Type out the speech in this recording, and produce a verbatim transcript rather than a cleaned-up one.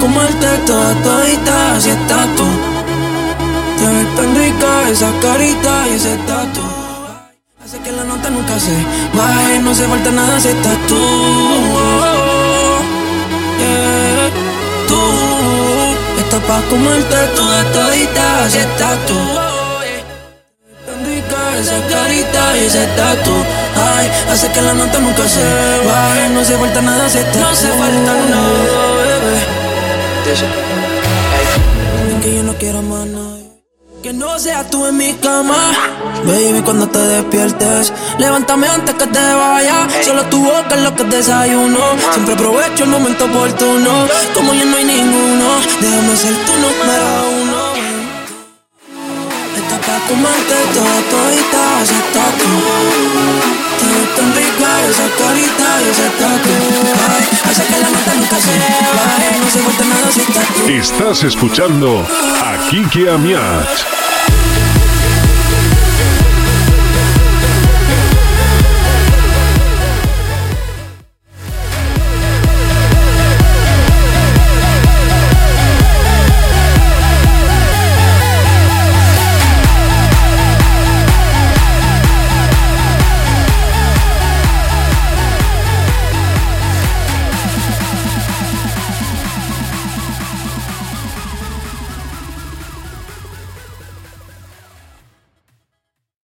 comerte toda todita, si estás tú. Te ves tan rica esa carita y ese tatu. Hace que la nota nunca se baje, no hace falta nada si estás tú. Oh, yeah. Tú estás pa' comerte toda todita, si estás tú. Tan rica esa carita y ese tatu. Ay, hace que la nota nunca se baje, no hace falta nada si estás tú. No hace falta nada, bebé. Es que yo no quiero más nada. Que no seas tú en mi cama, baby, cuando te despiertes. Levántame antes que te vayas. Solo tu boca es lo que desayuno. Siempre aprovecho el momento oportuno. Como ya no hay ninguno, déjame ser tu número uno. Estás pa' comerte toda todita, si estás tú. Te ves tan rica esa carita y ese tatu. Ay, hace que la nota nunca se baje, no se falta nada si estás tú. Estás escuchando a Kike Amiach.